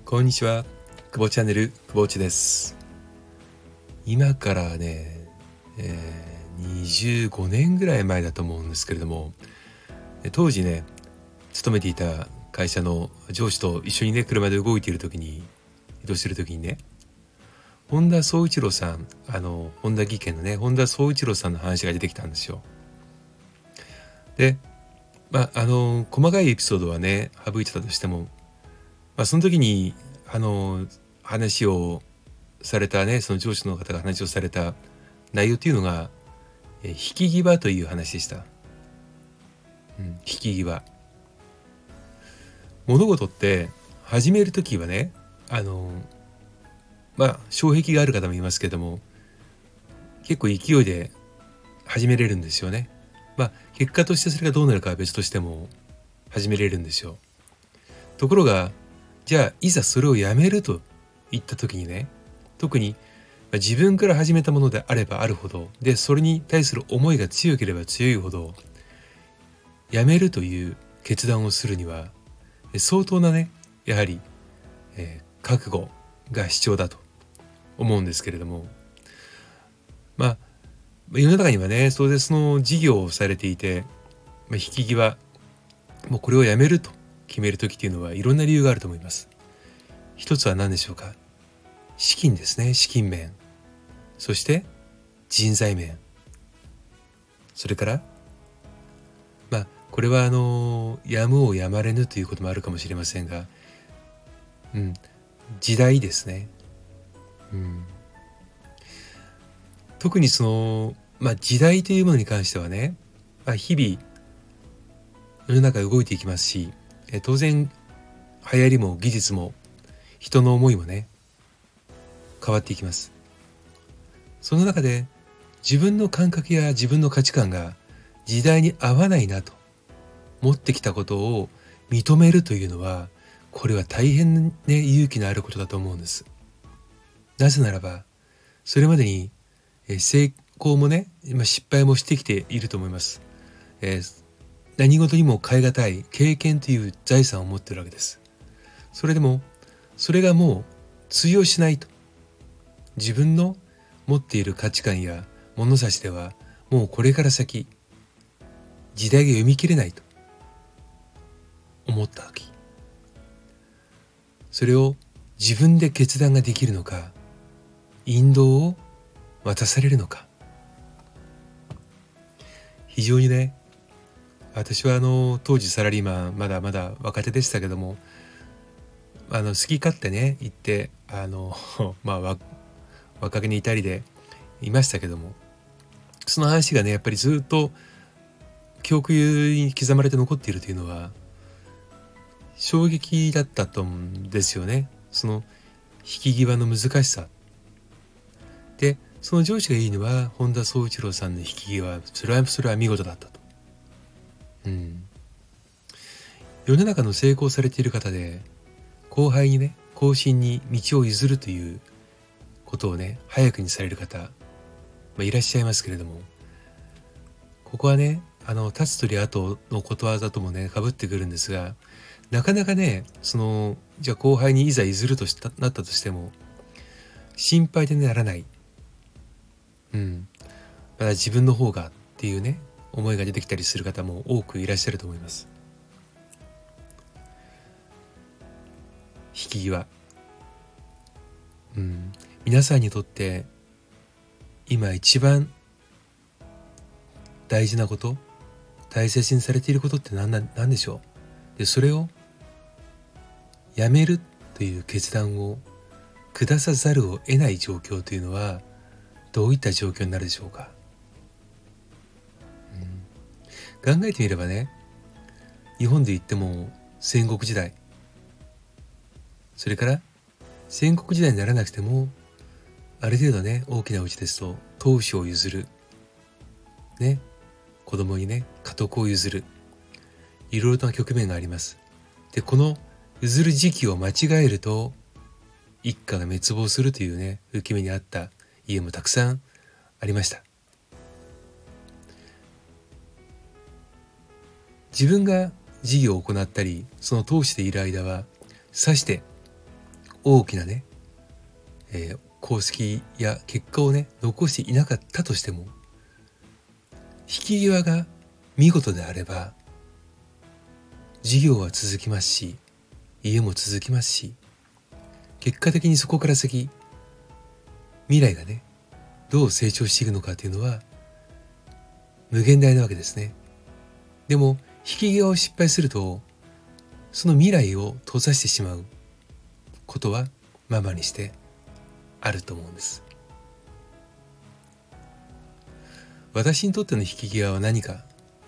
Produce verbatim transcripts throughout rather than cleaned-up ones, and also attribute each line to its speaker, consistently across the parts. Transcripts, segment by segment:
Speaker 1: こんにちは、久保チャンネル久保内です。今からね、えー、にじゅうごねんぐらい前だと思うんですけれども、当時ね勤めていた会社の上司と一緒にね車で動いている時に移動している時にね、本田宗一郎さん、あの本田技研のね本田宗一郎さんの話が出てきたんですよ。で、まああの細かいエピソードはね省いてたとしても、まあ、その時にあの話をされたねその上司の方が話をされた内容というのが、え引き際という話でした。うん、引き際。物事って始める時はね、あのまあ障壁がある方もいますけども、結構勢いで始めれるんですよね。まあ結果としてそれがどうなるかは別としても始めれるんですよ。ところがじゃあいざそれをやめるといった時にね、特に自分から始めたものであればあるほど、でそれに対する思いが強ければ強いほど、やめるという決断をするには相当なねやはり、えー、覚悟が必要だと思うんですけれども、まあ世の中にはねそうでその事業をされていて、まあ、引き際もうこれをやめると決める時っていうのはいろんな理由があると思います。一つは何でしょうか。資金ですね。資金面、そして人材面、それからまあこれはあのやむをやまれぬということもあるかもしれませんが、うん、時代ですね。うん、特にその、まあ、時代というものに関してはね、まあ、日々世の中動いていきますし、え当然流行りも技術も人の思いもね変わっていきます。その中で自分の感覚や自分の価値観が時代に合わないなと持ってきたことを認めるというのは、これは大変ね勇気のあることだと思うんです。なぜならばそれまでに成功もね失敗もしてきていると思います。えー、何事にも代え難い経験という財産を持っているわけです。それでもそれがもう通用しないと、自分の持っている価値観や物差しではもうこれから先時代が読み切れないと思った時、それを自分で決断ができるのか、引導を渡されるのか。非常にね、私はあの当時サラリーマンまだまだ若手でしたけども、あの好き勝手ね言ってあのまあ若気に至りでいましたけども、その話がねやっぱりずっと記憶に刻まれて残っているというのは衝撃だったと思うんですよね。その引き際の難しさで、その上司がいいのは本田宗一郎さんの引き際、それはそれは見事だったと。うん、世の中の成功されている方で後輩にね後進に道を譲るということをね早くにされる方、まあ、いらっしゃいますけれども、ここはねあの立つ鳥跡のことわざともねかぶってくるんですが、なかなかねそのじゃあ後輩にいざ譲るとしたなったとしても心配でならない、うん、まだ自分の方がっていうね思いが出てきたりする方も多くいらっしゃると思います。引き際、うん、皆さんにとって今一番大事なこと、大切にされていることって何な、何でしょう。でそれをやめるという決断を下さざるを得ない状況というのはどういった状況になるでしょうか。うん、考えてみればね、日本で言っても戦国時代、それから戦国時代にならなくてもある程度ね大きなうちですと当主を譲るね、子供にね家督を譲る、いろいろな局面があります。でこの譲る時期を間違えると一家が滅亡するというね受け身にあった家もたくさんありました。自分が事業を行ったりその当主でいる間はさして大きなね、えー、功績や結果をね残していなかったとしても、引き際が見事であれば事業は続きますし、家も続きますし、結果的にそこから先未来がねどう成長していくのかというのは無限大なわけですね。でも引き際を失敗すると、その未来を閉ざしてしまうことはままにしてあると思うんです。私にとっての引き際は何か、うん、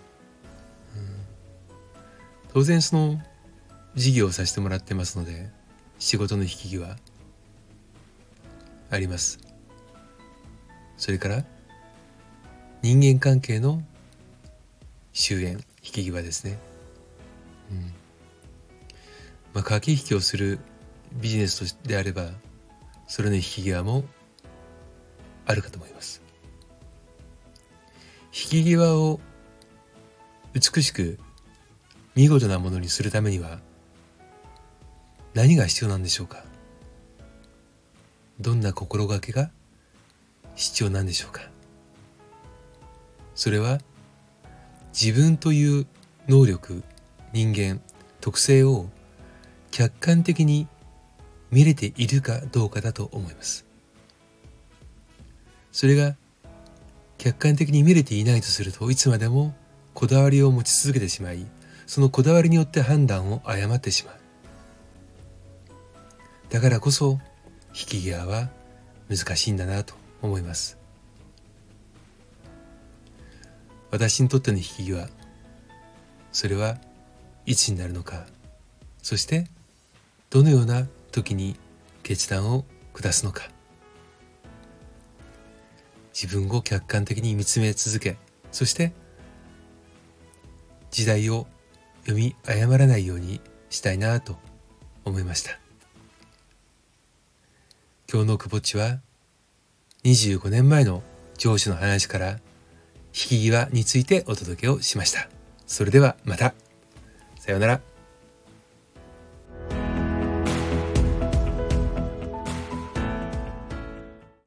Speaker 1: 当然その事業をさせてもらってますので、仕事の引き際あります。それから人間関係の終焉、引き際ですね。うん、まあ駆け引きをするビジネスとしてであれば、それの引き際もあるかと思います。引き際を美しく見事なものにするためには何が必要なんでしょうか。どんな心がけが必要なんでしょうか。それは自分という能力、人間、特性を客観的に見れているかどうかだと思います。それが客観的に見れていないとすると、いつまでもこだわりを持ち続けてしまい、そのこだわりによって判断を誤ってしまう。だからこそ引き際は難しいんだなと思います。私にとっての引き際、それはいつになるのか、そしてどのような時に決断を下すのか、自分を客観的に見つめ続け、そして時代を読み誤らないようにしたいなと思いました。今日のくぼっちはにじゅうごねんまえの上司の話から引き際についてお届けをしました。それではまた。さようなら。